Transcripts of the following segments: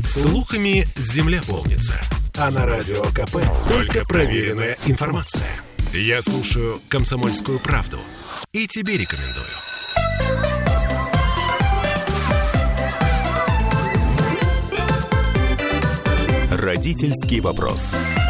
Слухами земля полнится. А на Радио КП только проверенная информация. Я слушаю «Комсомольскую правду» и тебе рекомендую. Родительский вопрос.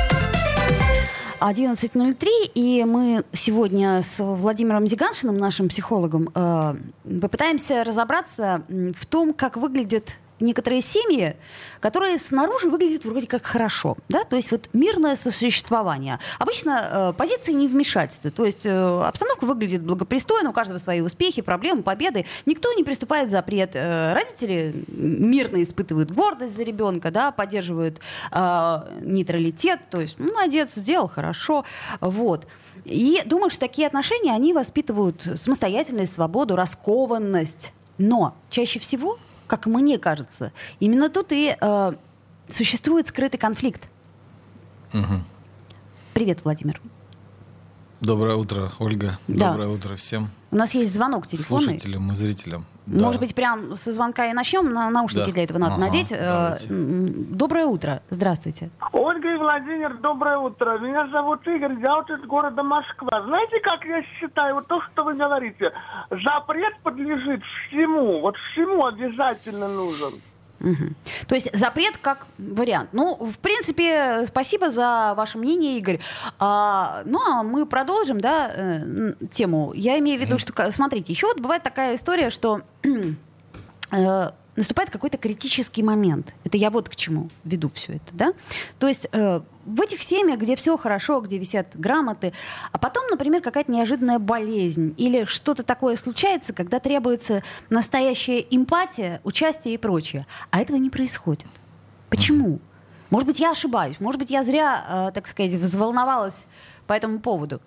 11:03, и мы сегодня с Владимиром Зиганшиным, нашим психологом, попытаемся разобраться в том, как выглядят некоторые семьи, которые снаружи выглядят вроде как хорошо, да, то есть вот мирное сосуществование. Обычно позиции невмешательства, то есть обстановка выглядит благопристойно, у каждого свои успехи, проблемы, победы, никто не приступает к запрет. Родители мирно испытывают гордость за ребенка, да, поддерживают нейтралитет, то есть молодец, сделал хорошо, вот. И думаю, что такие отношения, они воспитывают самостоятельность, свободу, раскованность, но чаще всего, как мне кажется, именно тут и существует скрытый конфликт. Угу. Привет, Владимир. Доброе утро, Ольга. Да. Доброе утро всем. У нас есть звонок телефонный. Слушателям и зрителям. Может быть, прям со звонка и начнем? Наушники для этого надо надеть. Доброе утро. Здравствуйте. Ольга и Владимир, доброе утро. Меня зовут Игорь, я вот из города Москва. Знаете, как я считаю, вот то, что вы говорите, запрет подлежит всему, вот всему обязательно нужен. Угу. То есть запрет как вариант. Ну, в принципе, спасибо за ваше мнение, Игорь. А мы продолжим, да, тему. Я имею в виду, что, смотрите, еще вот бывает такая история, что наступает какой-то критический момент. Это я вот к чему веду все это, да? То есть в этих семьях, где все хорошо, где висят грамоты, а потом, например, какая-то неожиданная болезнь или что-то такое случается, когда требуется настоящая эмпатия, участие и прочее. А этого не происходит. Почему? Может быть, я ошибаюсь. Может быть, я зря, так сказать, взволновалась по этому поводу.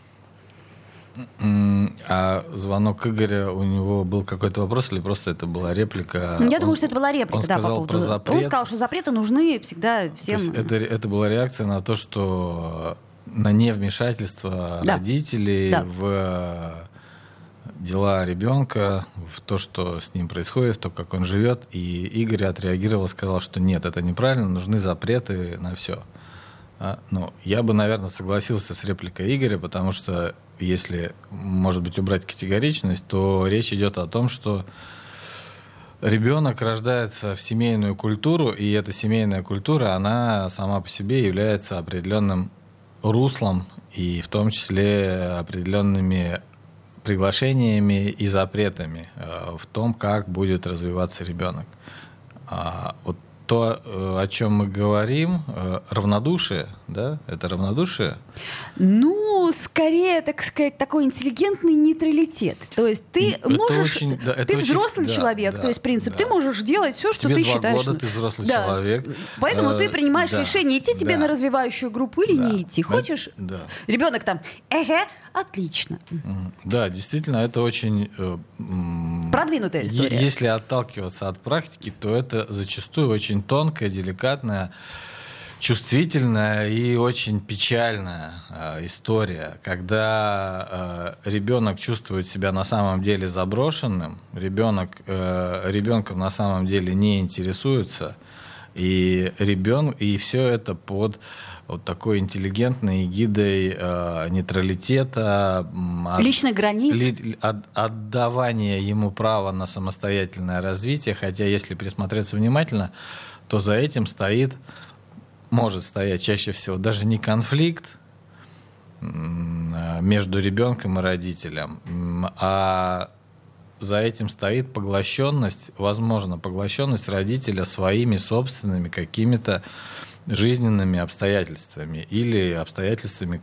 А звонок Игоря, у него был какой-то вопрос или просто это была реплика? Я думаю, что это была реплика, да, по поводу... Про запрет. Он сказал, что запреты нужны всегда всем. То есть это была реакция на то, что на невмешательство родителей в дела ребенка, в то, что с ним происходит, в то, как он живет. И Игорь отреагировал, сказал, что нет, это неправильно, нужны запреты на все. Я бы, наверное, согласился с репликой Игоря, потому что если, может быть, убрать категоричность, то речь идет о том, что ребенок рождается в семейную культуру, и эта семейная культура, она сама по себе является определенным руслом, и в том числе определенными приглашениями и запретами в том, как будет развиваться ребенок. Вот то, о чем мы говорим, равнодушие, да? Это равнодушие? Ну, скорее, так сказать, такой интеллигентный нейтралитет. То есть ты можешь... ты взрослый человек, то есть принцип, ты можешь делать все, что ты считаешь... Тебе 2 года, ты взрослый человек. Поэтому ты принимаешь решение, идти тебе на развивающую группу или не идти. Хочешь? Ребенок там, отлично. Да, действительно, это очень... продвинутая история. Если отталкиваться от практики, то это зачастую очень тонкая, деликатная, чувствительная и очень печальная история, когда ребенок чувствует себя на самом деле заброшенным, ребенком на самом деле не интересуется, и все это под вот такой интеллигентной эгидой нейтралитета, личных границ, отдавания ему права на самостоятельное развитие, хотя если присмотреться внимательно, то за этим может стоять чаще всего даже не конфликт между ребенком и родителем, а за этим стоит поглощенность родителя своими собственными какими-то жизненными обстоятельствами или обстоятельствами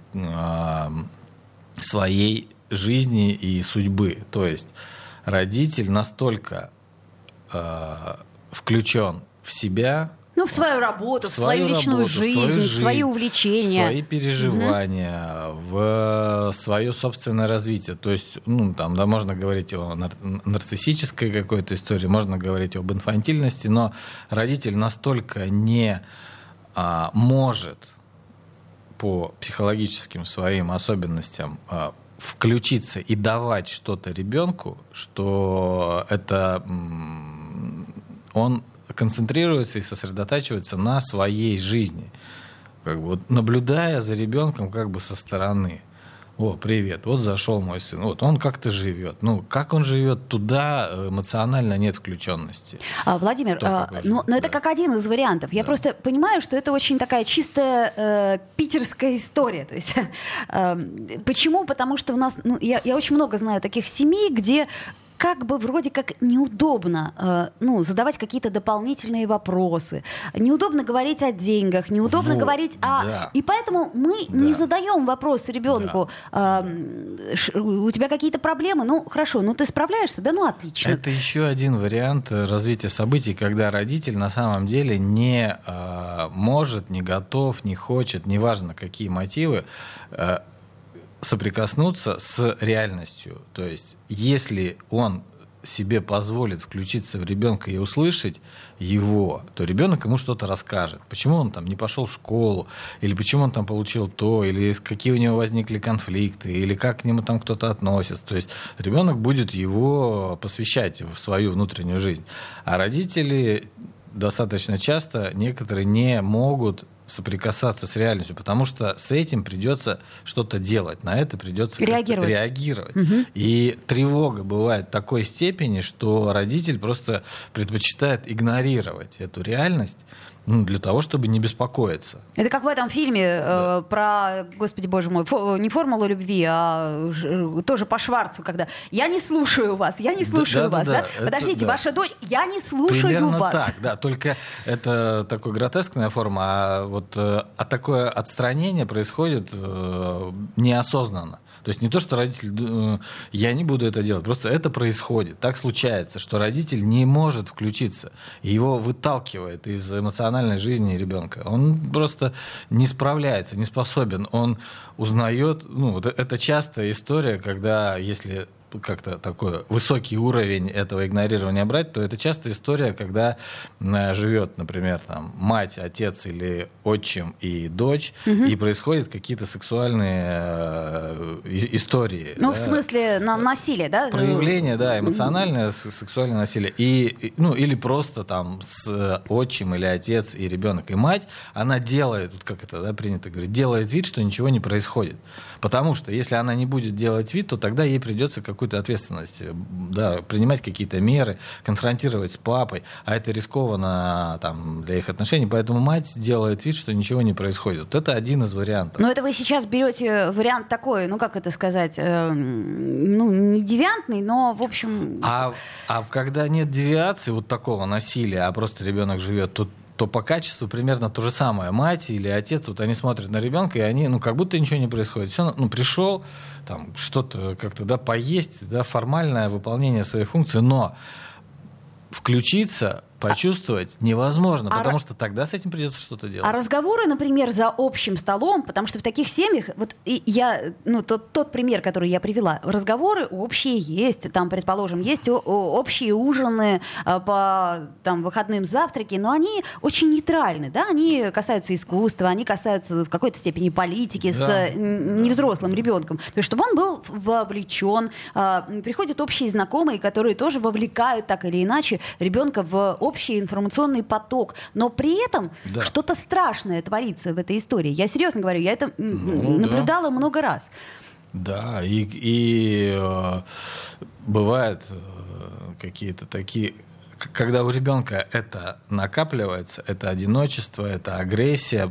своей жизни и судьбы. То есть родитель настолько включен в себя, в свою работу, в свою личную жизнь, в свои увлечения, в свои переживания, в свое собственное развитие. То есть, можно говорить о нарциссической какой-то истории, можно говорить об инфантильности, но родитель настолько не может по психологическим своим особенностям включиться и давать что-то ребенку, что это он концентрируется и сосредотачивается на своей жизни, как бы вот наблюдая за ребенком как бы со стороны. О, привет, вот зашел мой сын, вот он как-то живет. Ну, как он живет, туда эмоционально нет включенности. Владимир, но это как один из вариантов. Я просто понимаю, что это очень такая чистая питерская история. То есть, почему? Потому что у нас, я очень много знаю таких семей, где как бы вроде как неудобно задавать какие-то дополнительные вопросы, неудобно говорить о деньгах, неудобно говорить о... Да. И поэтому мы не задаем вопрос ребенку, у тебя какие-то проблемы, ну хорошо, ну ты справляешься, да, ну отлично. Это еще один вариант развития событий, когда родитель на самом деле не может, не готов, не хочет, неважно какие мотивы, соприкоснуться с реальностью. То есть, если он себе позволит включиться в ребенка и услышать его, то ребенок ему что-то расскажет. Почему он там не пошел в школу, или почему он там получил то, или какие у него возникли конфликты, или как к нему там кто-то относится. То есть ребенок будет его посвящать в свою внутреннюю жизнь. А родители достаточно часто некоторые не могут соприкасаться с реальностью, потому что с этим придется что-то делать, на это придется реагировать. Угу. И тревога бывает такой степени, что родитель просто предпочитает игнорировать эту реальность, для того, чтобы не беспокоиться. Это как в этом фильме про, господи боже мой, не формулу любви, а тоже по Шварцу, когда «я не слушаю вас, я не слушаю вас». Да? Подождите, ваша дочь, я не слушаю примерно вас. Так, да, только это такая гротескная форма, а такое отстранение происходит неосознанно. То есть не то, что родитель, я не буду это делать, просто это происходит. Так случается, что родитель не может включиться, и его выталкивает из эмоциональной жизни ребенка. Он просто не справляется, не способен. Он узнает, это частая история, когда если как-то такой высокий уровень этого игнорирования брать, то это частая история, когда живет, например, там, мать, отец или отчим и дочь, и происходят какие-то сексуальные истории. Ну, в смысле насилие, да? Проявление, да, эмоциональное, сексуальное насилие. Или просто там с отчим или отец и ребенок. И мать, она делает, как это принято говорить, делает вид, что ничего не происходит. Потому что если она не будет делать вид, то тогда ей придется какую-то ответственность, принимать какие-то меры, конфронтировать с папой, а это рискованно для их отношений, поэтому мать делает вид, что ничего не происходит. Это один из вариантов. Но это вы сейчас берете вариант такой, как это сказать, не девиантный, но в общем... А когда нет девиации такого насилия, а просто ребенок живет, то по качеству примерно то же самое. Мать или отец, они смотрят на ребенка, и они, как будто ничего не происходит. Все, пришел, что-то как-то, поесть, формальное выполнение своей функции, но включиться, почувствовать невозможно, потому что тогда с этим придется что-то делать. А разговоры, например, за общим столом, потому что в таких семьях, тот пример, который я привела, разговоры общие есть, там, предположим, есть общие ужины по выходным завтраки, но они очень нейтральны, да, они касаются искусства, они касаются в какой-то степени политики с невзрослым ребенком, то есть чтобы он был вовлечен, приходят общие знакомые, которые тоже вовлекают так или иначе ребенка в общий информационный поток, но при этом что-то страшное творится в этой истории. Я серьезно говорю, я это наблюдала много раз. Да, и бывают какие-то такие... Когда у ребенка это накапливается, это одиночество, это агрессия,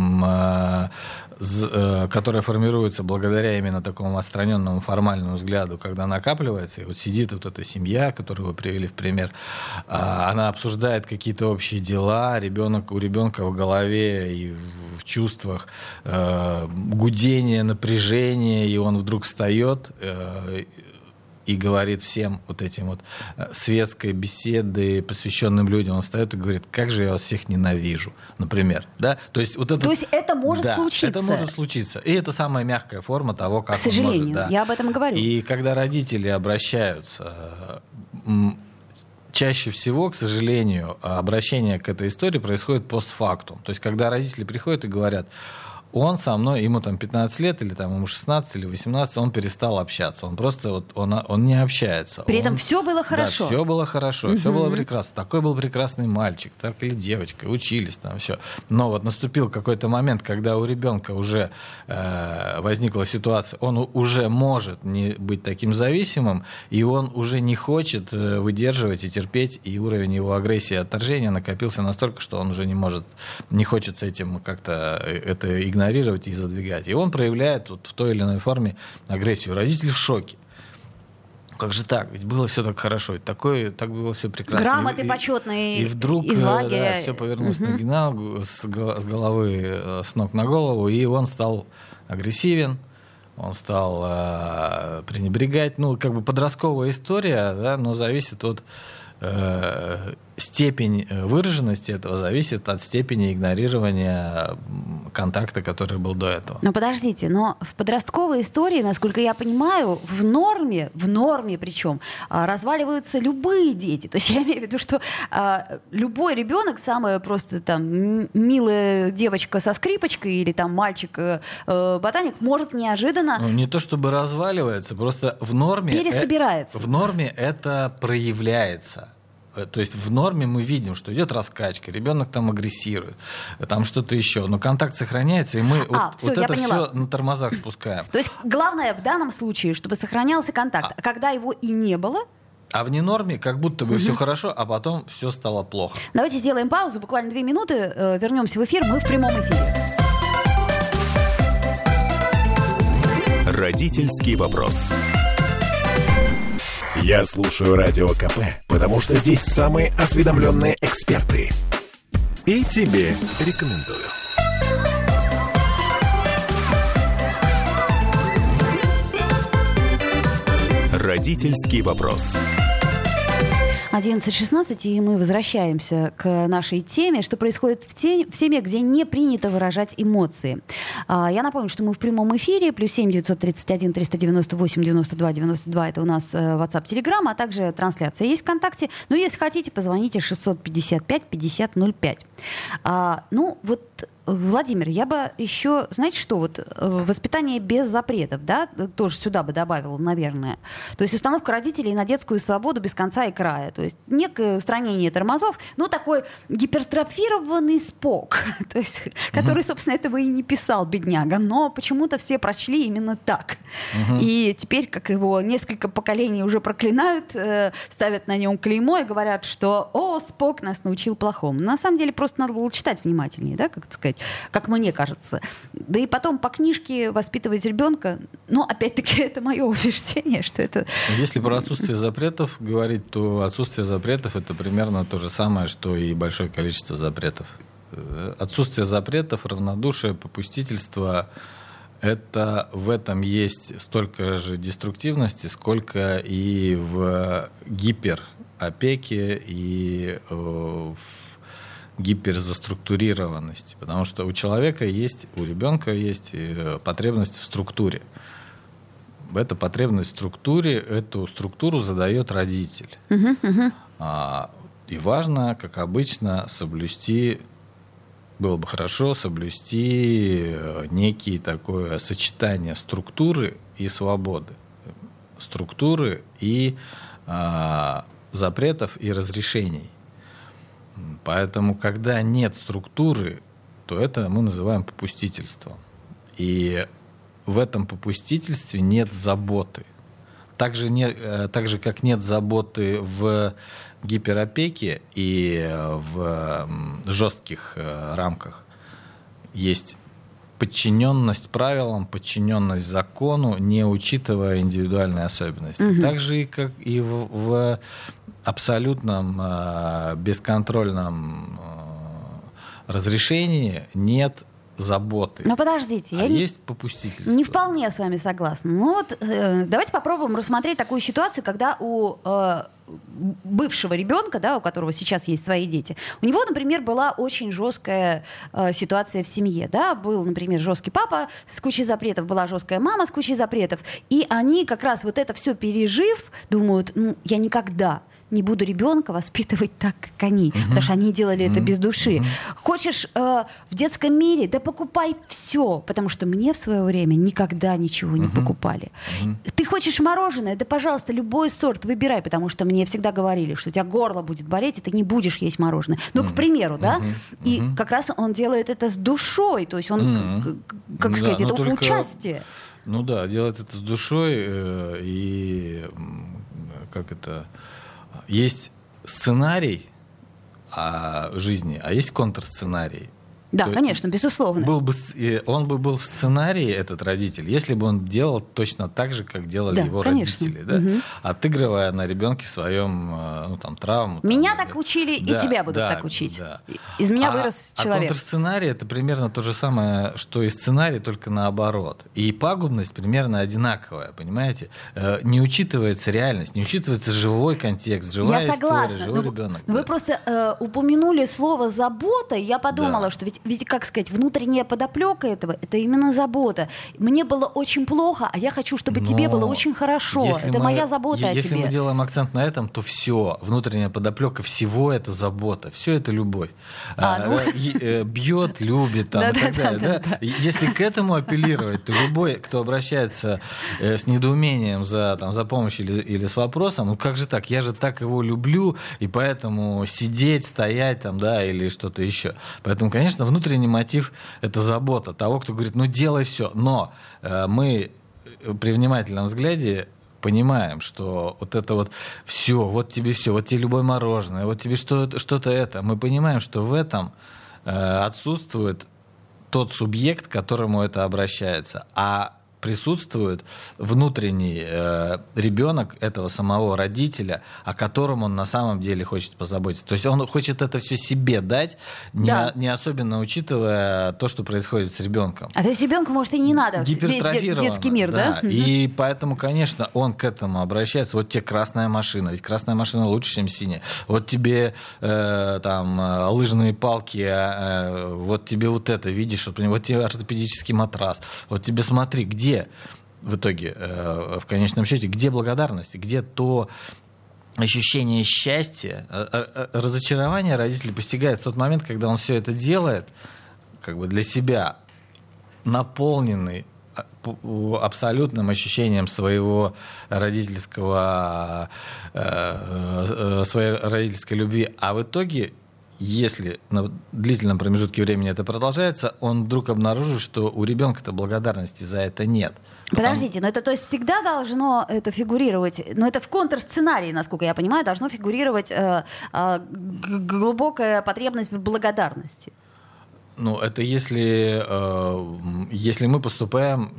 которая формируется благодаря именно такому отстраненному формальному взгляду, когда накапливается, и сидит эта семья, которую вы привели в пример, она обсуждает какие-то общие дела, у ребенка в голове и в чувствах гудение, напряжение, и он вдруг встает и говорит всем этим светской беседы, посвященным людям, он встает и говорит, как же я вас всех ненавижу, например. Да? То есть это может случиться. Это может случиться. И это самая мягкая форма того, как к сожалению, он может. Я об этом говорю. И когда родители обращаются, чаще всего, к сожалению, обращение к этой истории происходит постфактум. То есть когда родители приходят и говорят, он со мной, ему там 15 лет, или там ему 16, или 18, он перестал общаться. Он просто он не общается. При этом все было хорошо. Да, все было хорошо, все было прекрасно. Такой был прекрасный мальчик, так или девочка, учились там, все. Но вот наступил какой-то момент, когда у ребенка уже возникла ситуация, он уже может не быть таким зависимым, и он уже не хочет выдерживать и терпеть, и уровень его агрессии и отторжения накопился настолько, что он уже не хочет с этим как-то это игнорировать и задвигать. И он проявляет вот в той или иной форме агрессию. Родители в шоке. Как же так? Ведь было все так хорошо. Так было все прекрасно. Грамоты почетные и вдруг, из лагеря. Да, все повернулось на генерал с головы, с ног на голову, и он стал агрессивен, он стал пренебрегать. Ну, как бы подростковая история, да, но зависит от степень выраженности этого зависит от степени игнорирования контакта, который был до этого. Но подождите, но в подростковой истории, насколько я понимаю, в норме причем, разваливаются любые дети. То есть я имею в виду, что любой ребенок, самая просто там милая девочка со скрипочкой или там мальчик-ботаник, может неожиданно... Ну, не то чтобы разваливается, просто в норме... Пересобирается. В норме это проявляется. То есть в норме мы видим, что идет раскачка, ребенок там агрессирует, там что-то еще, но контакт сохраняется, и мы это все на тормозах спускаем. То есть главное в данном случае, чтобы сохранялся контакт, а когда его и не было... А в ненорме как будто бы все хорошо, а потом все стало плохо. Давайте сделаем паузу, буквально 2 минуты, вернемся в эфир, мы в прямом эфире. Родительский вопрос. Я слушаю Радио КП, потому что здесь самые осведомленные эксперты. И тебе рекомендую. Родительский вопрос. 11:16, и мы возвращаемся к нашей теме, что происходит в семье, где не принято выражать эмоции. Я напомню, что мы в прямом эфире, +7 931 398 92 92, это у нас WhatsApp, Telegram, а также трансляция есть ВКонтакте. Но если хотите, позвоните 655 50 05. Ну, вот, Владимир, я бы еще, знаете что, вот воспитание без запретов, да, тоже сюда бы добавила, наверное. То есть установка родителей на детскую свободу без конца и края. То есть некое устранение тормозов, ну, такой гипертрофированный Спок, то есть, который, собственно, этого и не писал, бедняга, но почему-то все прочли именно так. И теперь, как его несколько поколений уже проклинают, ставят на нем клеймо и говорят, что «О, Спок нас научил плохому». На самом деле просто надо было читать внимательнее, да, как сказать, как мне кажется. Да и потом по книжке воспитывать ребенка, ну, опять-таки, это мое убеждение, что это... Если про отсутствие запретов говорить, то отсутствие запретов — это примерно то же самое, что и большое количество запретов. Отсутствие запретов, равнодушие, попустительство — это в этом есть столько же деструктивности, сколько и в гиперопеке, и в гиперзаструктурированности, потому что у человека есть, у ребенка есть потребность в структуре. Эта потребность в структуре, эту структуру задает родитель. И важно, как обычно, было бы хорошо соблюсти некие такое сочетание структуры и свободы, структуры и запретов и разрешений. Поэтому, когда нет структуры, то это мы называем попустительством. И в этом попустительстве нет заботы. Так же, как нет заботы в гиперопеке и в жестких рамках. Есть подчиненность правилам, подчиненность закону, не учитывая индивидуальные особенности. Так же, как и в абсолютном бесконтрольном разрешении нет заботы. Но подождите, есть попустительство. Не вполне с вами согласна. Ну вот давайте попробуем рассмотреть такую ситуацию, когда у бывшего ребенка, да, у которого сейчас есть свои дети, у него, например, была очень жесткая ситуация в семье. Да? Был, например, жесткий папа с кучей запретов, была жесткая мама с кучей запретов. И они как раз вот это все пережив, думают, ну, я никогда не буду ребенка воспитывать так, как они, потому что они делали это без души. Хочешь в детском мире, да покупай все, потому что мне в свое время никогда ничего не покупали. Ты хочешь мороженое, да, пожалуйста, любой сорт выбирай, потому что мне всегда говорили, что у тебя горло будет болеть, и ты не будешь есть мороженое. Ну, к примеру, да? И как раз он делает это с душой, то есть он, как сказать, это участие. Ну да, делает это с душой, и как это... Есть сценарий жизни, а есть контрсценарий. Да, конечно, безусловно. Он бы был в сценарии, этот родитель, если бы он делал точно так же, как делали его родители. Да? Отыгрывая на ребенке своем травму. Меня так учили, и тебя будут так учить. Да. Из меня вырос человек. А контрсценарий — это примерно то же самое, что и сценарий, только наоборот. И пагубность примерно одинаковая, понимаете? Не учитывается реальность, не учитывается живой контекст, живая история, живой ребенок. Вы просто упомянули слово «забота», и я подумала, что ведь, как сказать, внутренняя подоплека этого — это именно забота. Мне было очень плохо, а я хочу, чтобы тебе было очень хорошо. Это моя забота о тебе. Если мы делаем акцент на этом, то все, внутренняя подоплека всего — это забота, все это любовь. Бьет, любит, там, и так далее. Если к этому апеллировать, то любой, кто обращается с недоумением за помощью или с вопросом, ну как же так, я же так его люблю, и поэтому сидеть, стоять там, да, или что-то еще. Поэтому, конечно, внутренний мотив — это забота того, кто говорит, ну делай все. Но мы при внимательном взгляде понимаем, что вот это вот вот тебе любое мороженое, вот тебе что-то это. Мы понимаем, что в этом отсутствует тот субъект, к которому это обращается, а присутствует внутренний ребенок этого самого родителя, о котором он на самом деле хочет позаботиться. То есть он хочет это все себе дать, не особенно учитывая то, что происходит с ребенком. А то есть ребенку, может, и не надо весь детский мир, да? И поэтому, конечно, он к этому обращается. Вот тебе красная машина, ведь красная машина лучше, чем синяя. Вот тебе лыжные палки, вот тебе вот это, видишь, вот тебе ортопедический матрас, вот тебе смотри, где в итоге, в конечном счете, где благодарность, где то ощущение счастья, разочарование родителей постигает в тот момент, когда он все это делает как бы для себя, наполненный абсолютным ощущением своей родительской любви, а в итоге, если на длительном промежутке времени это продолжается, он вдруг обнаружит, что у ребенка-то благодарности за это нет. Подождите, но это то есть всегда должно это фигурировать, но это в контрсценарии, насколько я понимаю, должно фигурировать глубокая потребность в благодарности. Ну, это если мы поступаем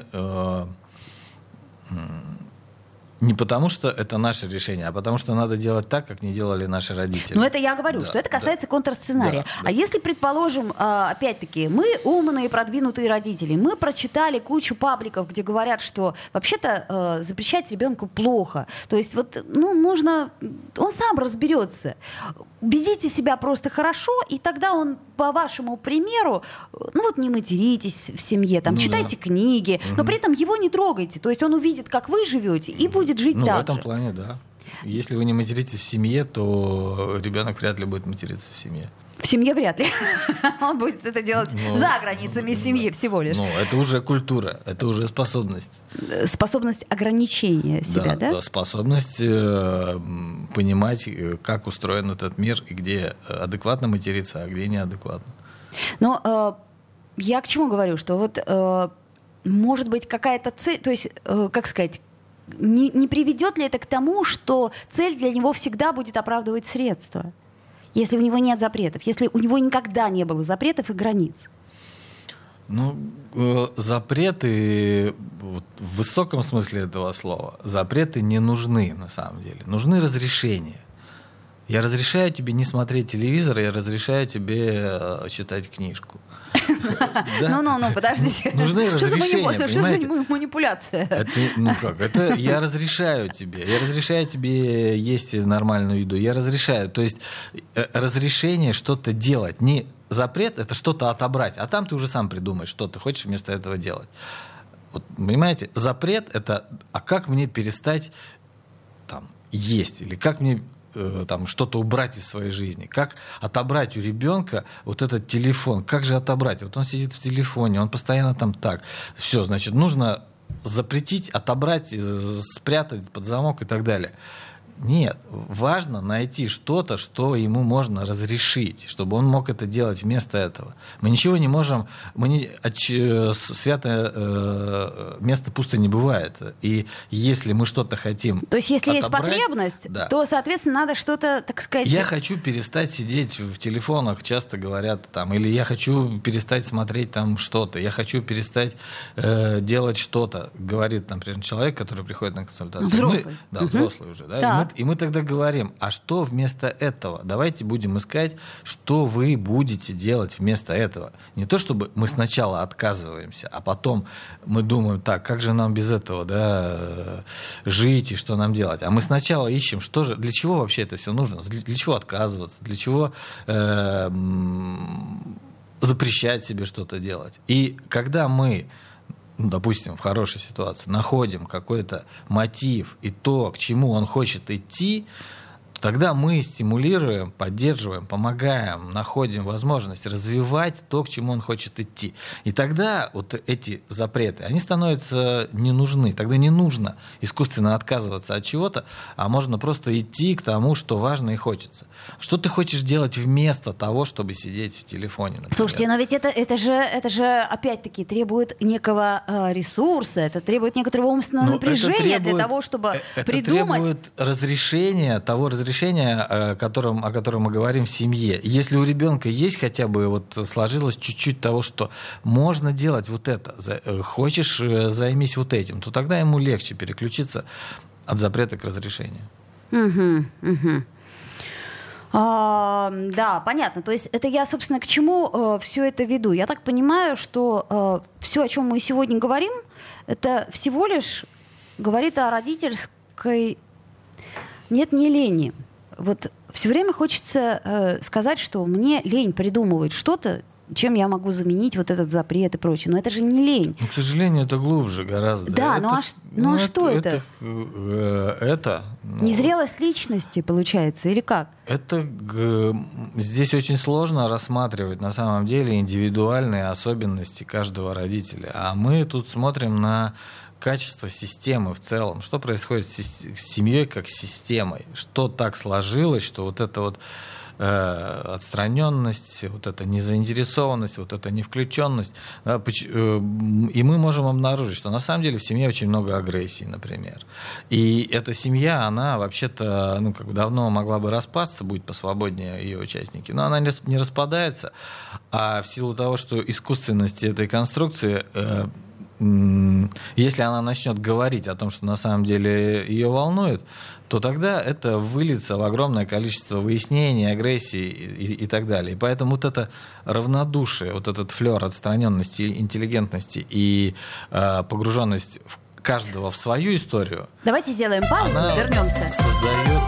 не потому, что это наше решение, а потому, что надо делать так, как не делали наши родители. Ну, это я говорю, что это касается контрсценария. А если, предположим, опять-таки, мы умные, продвинутые родители, мы прочитали кучу пабликов, где говорят, что вообще-то запрещать ребенку плохо. То есть нужно... Он сам разберется. Ведите себя просто хорошо, и тогда он, по вашему примеру, не материтесь в семье, читайте книги, но при этом его не трогайте. То есть он увидит, как вы живете, и будет жить так же. В этом плане, да. Если вы не материтесь в семье, то ребенок вряд ли будет материться в семье. В семье вряд ли. Он будет это делать за границами семьи всего лишь. Это уже культура, это уже способность. Способность ограничения себя, да? Способность понимать, как устроен этот мир, и где адекватно материться, а где неадекватно. Но я к чему говорю? Что может быть какая-то цель, то есть, как сказать, не приведет ли это к тому, что цель для него всегда будет оправдывать средства? Если у него нет запретов, если у него никогда не было запретов и границ? Запреты, в высоком смысле этого слова, запреты не нужны на самом деле. Нужны разрешения. Я разрешаю тебе не смотреть телевизор, я разрешаю тебе читать книжку. Подождите. Нужны разрешения, что за манипуляция? Это я разрешаю тебе. Я разрешаю тебе есть нормальную еду. Я разрешаю. То есть разрешение что-то делать. Не запрет — это что-то отобрать. А там ты уже сам придумаешь, что ты хочешь вместо этого делать. Вот, понимаете? Запрет — это как мне перестать есть? Или как мне там что-то убрать из своей жизни. Как отобрать у ребенка вот этот телефон? Как же отобрать? Вот он сидит в телефоне, он постоянно там так. Все, значит, нужно запретить, отобрать, спрятать под замок и так далее. Нет, важно найти что-то, что ему можно разрешить, чтобы он мог это делать вместо этого. Мы ничего не можем, святое место пусто не бывает. И если мы что-то хотим То есть, если отобрать, есть потребность, то, соответственно, надо что-то, так сказать... Я хочу перестать сидеть в телефонах, часто говорят, там, или я хочу перестать смотреть там что-то, я хочу перестать делать что-то, говорит, например, человек, который приходит на консультацию. Взрослый. Взрослый уже, да? И мы тогда говорим, а что вместо этого? Давайте будем искать, что вы будете делать вместо этого. Не то, чтобы мы сначала отказываемся, а потом мы думаем, так, как же нам без этого, да, жить и что нам делать? А мы сначала ищем, что же, для чего вообще это все нужно? Для чего отказываться? Для чего запрещать себе что-то делать? И когда мы, допустим, в хорошей ситуации находим какой-то мотив и то, к чему он хочет идти, тогда мы стимулируем, поддерживаем, помогаем, находим возможность развивать то, к чему он хочет идти. И тогда вот эти запреты, они становятся не нужны. Тогда не нужно искусственно отказываться от чего-то, а можно просто идти к тому, что важно и хочется. Что ты хочешь делать вместо того, чтобы сидеть в телефоне, например? Слушайте, но ведь это же опять-таки требует некого ресурса, это требует некоторого умственного напряжения для того, чтобы придумать... Это требует разрешения, о котором мы говорим в семье. Если у ребенка есть хотя бы вот сложилось чуть-чуть того, что можно делать вот это, хочешь, займись вот этим, то тогда ему легче переключиться от запрета к разрешению. Да, понятно. То есть это я, собственно, к чему все это веду. Я так понимаю, что все, о чем мы сегодня говорим, это всего лишь говорит о родительской... Нет, не лени. Вот все время хочется сказать, что мне лень придумывать что-то, чем я могу заменить вот этот запрет и прочее. Но это же не лень. Ну, к сожалению, это глубже гораздо. Да, что это? Это незрелость личности, получается, или как? Здесь очень сложно рассматривать на самом деле индивидуальные особенности каждого родителя. А мы тут смотрим на качество системы в целом. Что происходит с семьей как с системой? Что так сложилось, что вот эта вот отстраненность, вот эта незаинтересованность, вот эта невключенность. И мы можем обнаружить, что на самом деле в семье очень много агрессии, например. И эта семья, она вообще-то давно могла бы распасться, будь посвободнее ее участники, но она не распадается. А в силу того, что искусственность этой конструкции... Если она начнет говорить о том, что на самом деле ее волнует, то тогда это выльется в огромное количество выяснений, агрессии и так далее. И поэтому вот это равнодушие, вот этот флер отстраненности, интеллигентности и погруженность каждого в свою историю. Давайте сделаем паузу, вернемся. Создает...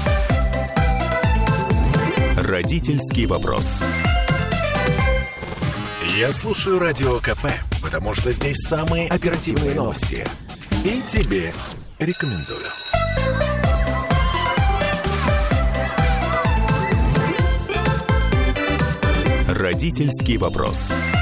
Родительский вопрос. Я слушаю Радио КП, потому что здесь самые оперативные новости. И тебе рекомендую. Родительский вопрос.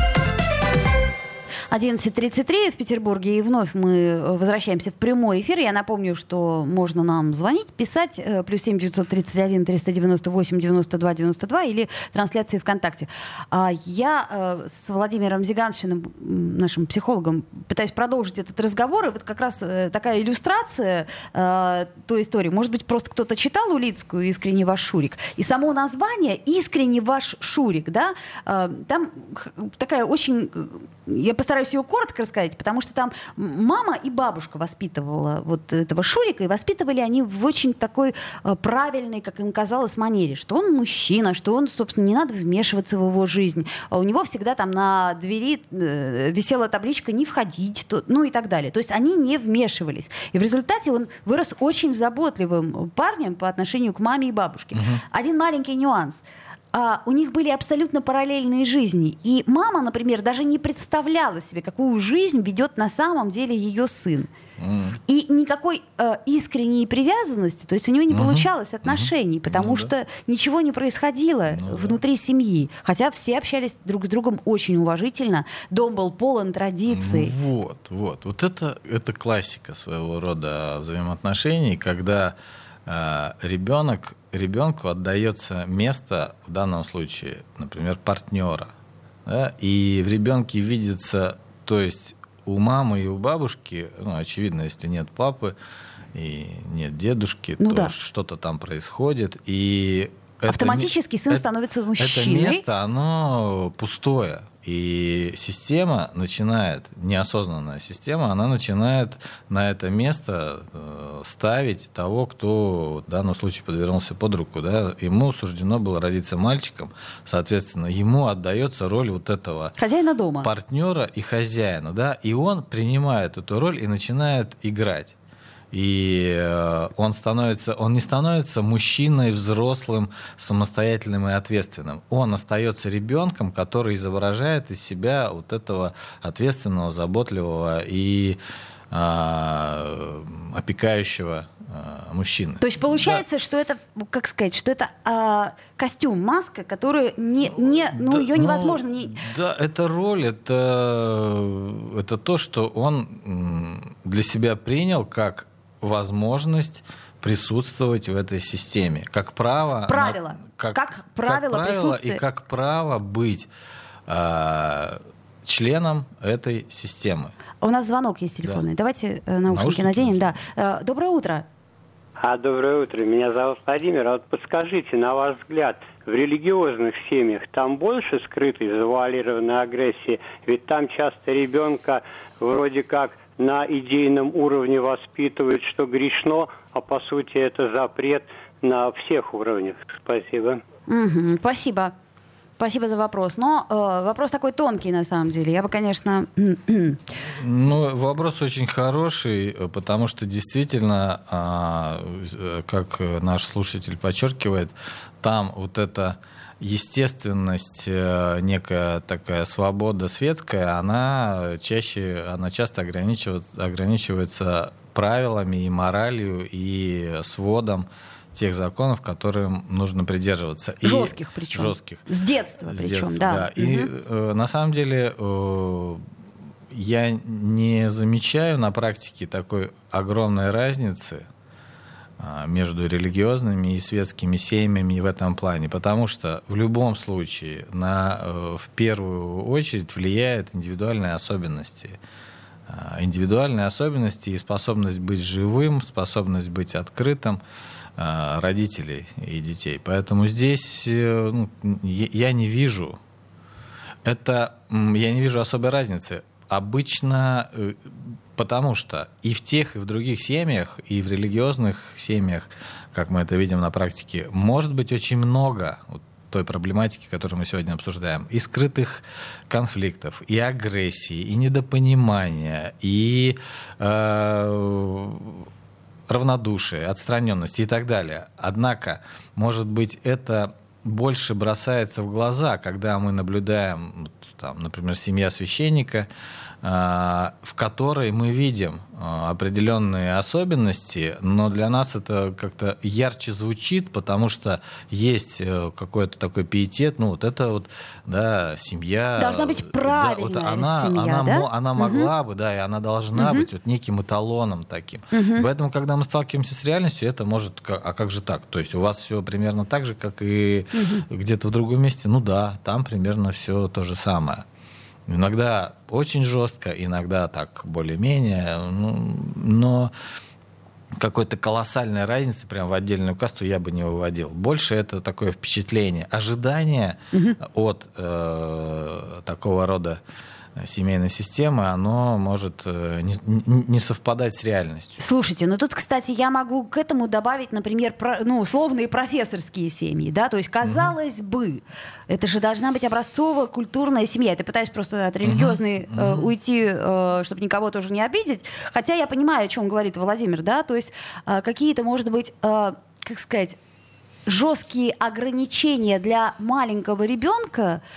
11:33 в Петербурге, и вновь мы возвращаемся в прямой эфир. Я напомню, что можно нам звонить, писать +7 931 398 92 92 или трансляции ВКонтакте. Я с Владимиром Зиганшиным, нашим психологом, пытаюсь продолжить этот разговор, и вот как раз такая иллюстрация той истории. Может быть, просто кто-то читал Улицкую «Искренне ваш Шурик», и само название «Искренне ваш Шурик», да, там такая очень... Я постараюсь ее коротко рассказать, потому что там мама и бабушка воспитывала вот этого Шурика, и воспитывали они в очень такой правильной, как им казалось, манере, что он мужчина, что он, собственно, не надо вмешиваться в его жизнь. А у него всегда там на двери висела табличка «Не входить», ну и так далее. То есть они не вмешивались. И в результате он вырос очень заботливым парнем по отношению к маме и бабушке. Один маленький нюанс. У них были абсолютно параллельные жизни. И мама, например, даже не представляла себе, какую жизнь ведет на самом деле ее сын. И никакой искренней привязанности, то есть у него не получалось отношений, потому что ничего не происходило внутри семьи. Хотя все общались друг с другом очень уважительно, дом был полон традиций. Вот это классика своего рода взаимоотношений, когда ребенку отдается место, в данном случае, например, партнера. Да? И в ребенке видится, то есть у мамы и у бабушки, очевидно, если нет папы и нет дедушки, то что-то там происходит. И автоматически сын становится мужчиной. Это место, оно пустое. И система начинает, неосознанная система, она начинает на это место ставить того, кто в данном случае подвернулся под руку. Да? Ему суждено было родиться мальчиком, соответственно, ему отдается роль вот этого хозяина дома, партнера и хозяина. Да? И он принимает эту роль и начинает играть. И он не становится мужчиной, взрослым, самостоятельным и ответственным. Он остается ребенком, который изображает из себя вот этого ответственного, заботливого и опекающего мужчины. То есть получается, что это, как сказать, что это костюм, маска, которую ее невозможно... Да, это роль, это то, что он для себя принял как возможность присутствовать в этой системе, как право... Правило. Как правило присутствия. И как право быть членом этой системы. У нас звонок есть телефонный. Да. Давайте наушники наденем. Да. Доброе утро. Доброе утро. Меня зовут Владимир. А вот подскажите, на ваш взгляд, в религиозных семьях там больше скрытой, завуалированной агрессии? Ведь там часто ребенка вроде как на идейном уровне воспитывают, что грешно, а по сути это запрет на всех уровнях. Спасибо. Спасибо. Спасибо за вопрос. Но вопрос такой тонкий, на самом деле. Я бы, конечно... Вопрос очень хороший, потому что действительно, как наш слушатель подчеркивает, там вот эта естественность, некая такая свобода светская, она часто ограничивается правилами и моралью, и сводом тех законов, которым нужно придерживаться. Жестких причем. Жестких. С детства причем, да. И на самом деле я не замечаю на практике такой огромной разницы между религиозными и светскими семьями в этом плане, потому что в любом случае в первую очередь влияют индивидуальные особенности. Индивидуальные особенности и способность быть живым, способность быть открытым родителей и детей. Поэтому здесь я не вижу особой разницы. Обычно, потому что и в тех, и в других семьях, и в религиозных семьях, как мы это видим на практике, может быть очень много той проблематики, которую мы сегодня обсуждаем, и скрытых конфликтов, и агрессии, и недопонимания, и равнодушие, отстраненность и так далее. Однако, может быть, это больше бросается в глаза, когда мы наблюдаем, например, семья священника, в которой мы видим определенные особенности, но для нас это как-то ярче звучит, потому что есть какой-то такой пиетет, семья... Должна быть правильная семья, она могла бы, и она должна быть неким эталоном таким. Поэтому, когда мы сталкиваемся с реальностью, это может... А как же так? То есть у вас все примерно так же, как и где-то в другом месте? Там примерно все то же самое. Иногда очень жестко, иногда так более-менее, но какой-то колоссальной разницы прям в отдельную касту я бы не выводил. Больше это такое впечатление, ожидание от такого рода семейной системы, оно может не совпадать с реальностью. Слушайте, тут, кстати, я могу к этому добавить, например, условные профессорские семьи, да, то есть, казалось бы, это же должна быть образцовая культурная семья. Я пытаюсь просто от религиозной уйти, чтобы никого тоже не обидеть, хотя я понимаю, о чем говорит Владимир, да, то есть какие-то, может быть, как сказать, жесткие ограничения для маленького ребенка,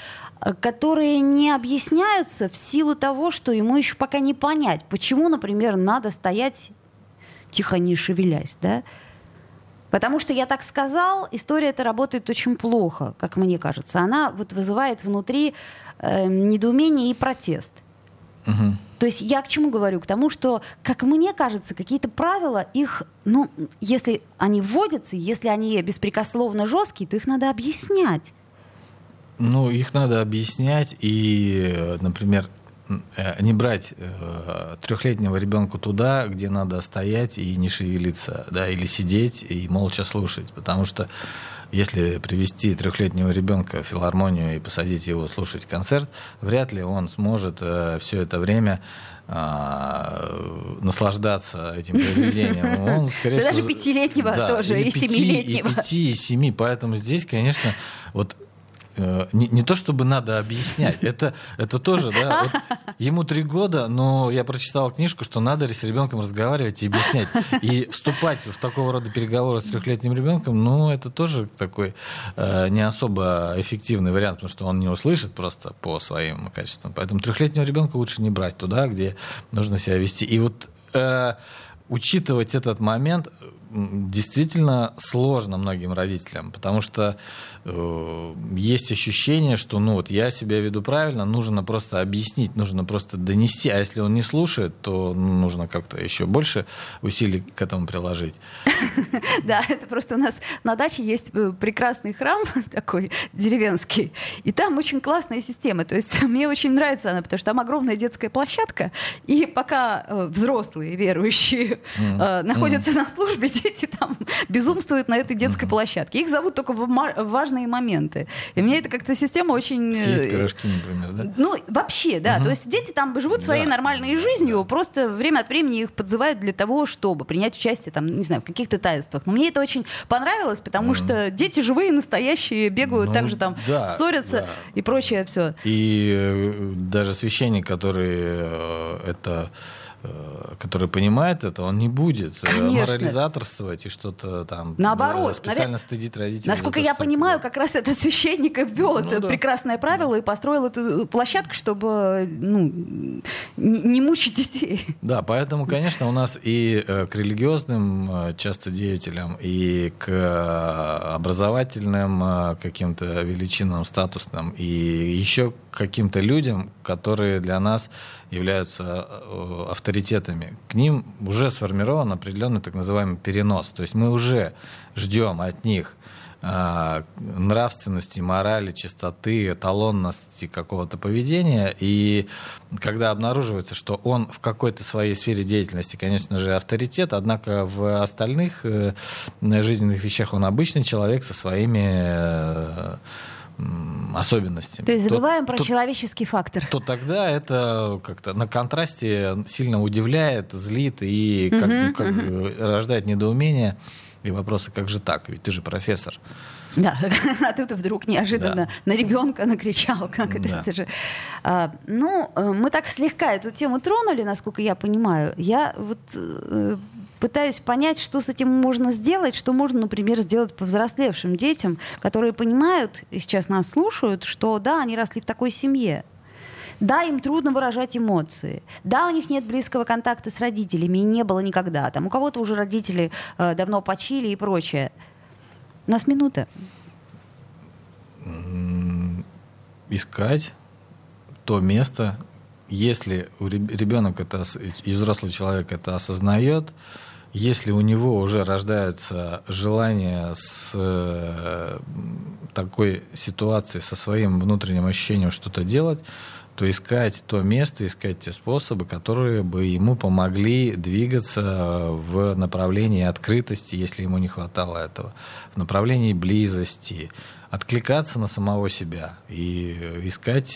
которые не объясняются в силу того, что ему еще пока не понять, почему, например, надо стоять тихо, не шевелясь, да? Потому что я так сказал, история эта работает очень плохо, как мне кажется. Она вот вызывает внутри недоумение и протест. Угу. То есть я к чему говорю? К тому, что, как мне кажется, какие-то правила, их, ну, если они вводятся, если они беспрекословно жесткие, то их надо объяснять. Ну, их надо объяснять и, например, не брать 3-летнего ребенка туда, где надо стоять и не шевелиться, да, или сидеть и молча слушать. Потому что если привести 3-летнего ребенка в филармонию и посадить его слушать концерт, вряд ли он сможет все это время наслаждаться этим произведением. Он, скорее всего, даже 5-летнего тоже, и 7-летнего. И 5, и 7. Поэтому здесь, конечно, вот не то чтобы надо объяснять, это тоже, да, вот ему 3 года, но я прочитал книжку, что надо с ребенком разговаривать и объяснять. И вступать в такого рода переговоры с 3-летним ребенком, ну, это тоже такой не особо эффективный вариант, потому что он не услышит просто по своим качествам. Поэтому 3-летнего ребенка лучше не брать туда, где нужно себя вести. И вот учитывать этот момент действительно сложно многим родителям, потому что есть ощущение, что ну вот я себя веду правильно, нужно просто объяснить, нужно просто донести, а если он не слушает, то нужно как-то еще больше усилий к этому приложить. Да, это просто у нас на даче есть прекрасный храм такой деревенский, и там очень классная система, то есть мне очень нравится она, потому что там огромная детская площадка, и пока взрослые верующие находятся на службе, дети там безумствуют на этой детской площадке. Их зовут только в важные моменты. И мне эта как-то система очень... Съесть пирожки, например, да? Ну, вообще, да. То есть дети там живут своей нормальной жизнью, просто время от времени их подзывают для того, чтобы принять участие, там, не знаю, в каких-то таинствах. Но мне это очень понравилось, потому что дети живые, настоящие, бегают, также там ссорятся и прочее все. И даже священник, который понимает это, он не будет морализаторствовать и что-то там наоборот, специально студить родителей. Насколько я понимаю, как раз этот священник ввел это прекрасное правило и построил эту площадку, чтобы не мучить детей. Да, поэтому, конечно, у нас и к религиозным часто деятелям, и к образовательным каким-то величинам, статусным, и еще к каким-то людям, которые для нас являются авторитетами. К ним уже сформирован определенный так называемый перенос. То есть мы уже ждем от них нравственности, морали, чистоты, эталонности какого-то поведения. И когда обнаруживается, что он в какой-то своей сфере деятельности, конечно же, авторитет, однако в остальных жизненных вещах он обычный человек со своими особенностями. То есть забываем про человеческий фактор. То тогда это как-то на контрасте сильно удивляет, злит и рождает недоумение и вопросы, как же так? Ведь ты же профессор. Да, а тут вдруг неожиданно на ребенка накричал. Как это же. Мы так слегка эту тему тронули, насколько я понимаю. Я вот пытаюсь понять, что с этим можно сделать, что можно, например, сделать повзрослевшим детям, которые понимают и сейчас нас слушают, что да, они росли в такой семье. Да, им трудно выражать эмоции. Да, у них нет близкого контакта с родителями, и не было никогда. Там у кого-то уже родители давно почили и прочее. У нас минута. Искать то место, если ребенок и взрослый человек это осознает, если у него уже рождаются желания с такой ситуацией, со своим внутренним ощущением что-то делать, то искать то место, искать те способы, которые бы ему помогли двигаться в направлении открытости, если ему не хватало этого, в направлении близости, откликаться на самого себя и искать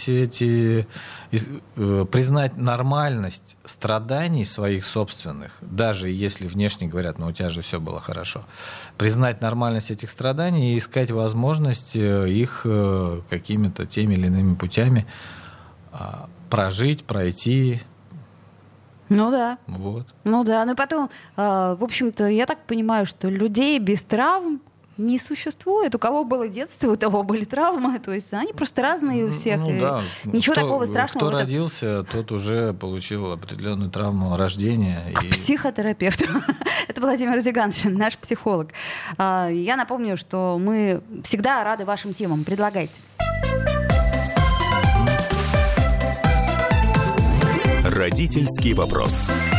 признать нормальность страданий своих собственных, даже если внешне говорят, у тебя же все было хорошо. Признать нормальность этих страданий и искать возможность их какими-то теми или иными путями прожить, пройти. Ну да. Вот. Ну да. Ну и потом, в общем-то, я так понимаю, что людей без травм не существует. У кого было детство, у того были травмы. То есть они просто разные у всех. Да. Ничего такого страшного. Кто родился, тот уже получил определенную травму рождения. К психотерапевту. Это Владимир Зиганшин, наш психолог. Я напомню, что мы всегда рады вашим темам. Предлагайте. Родительский вопрос.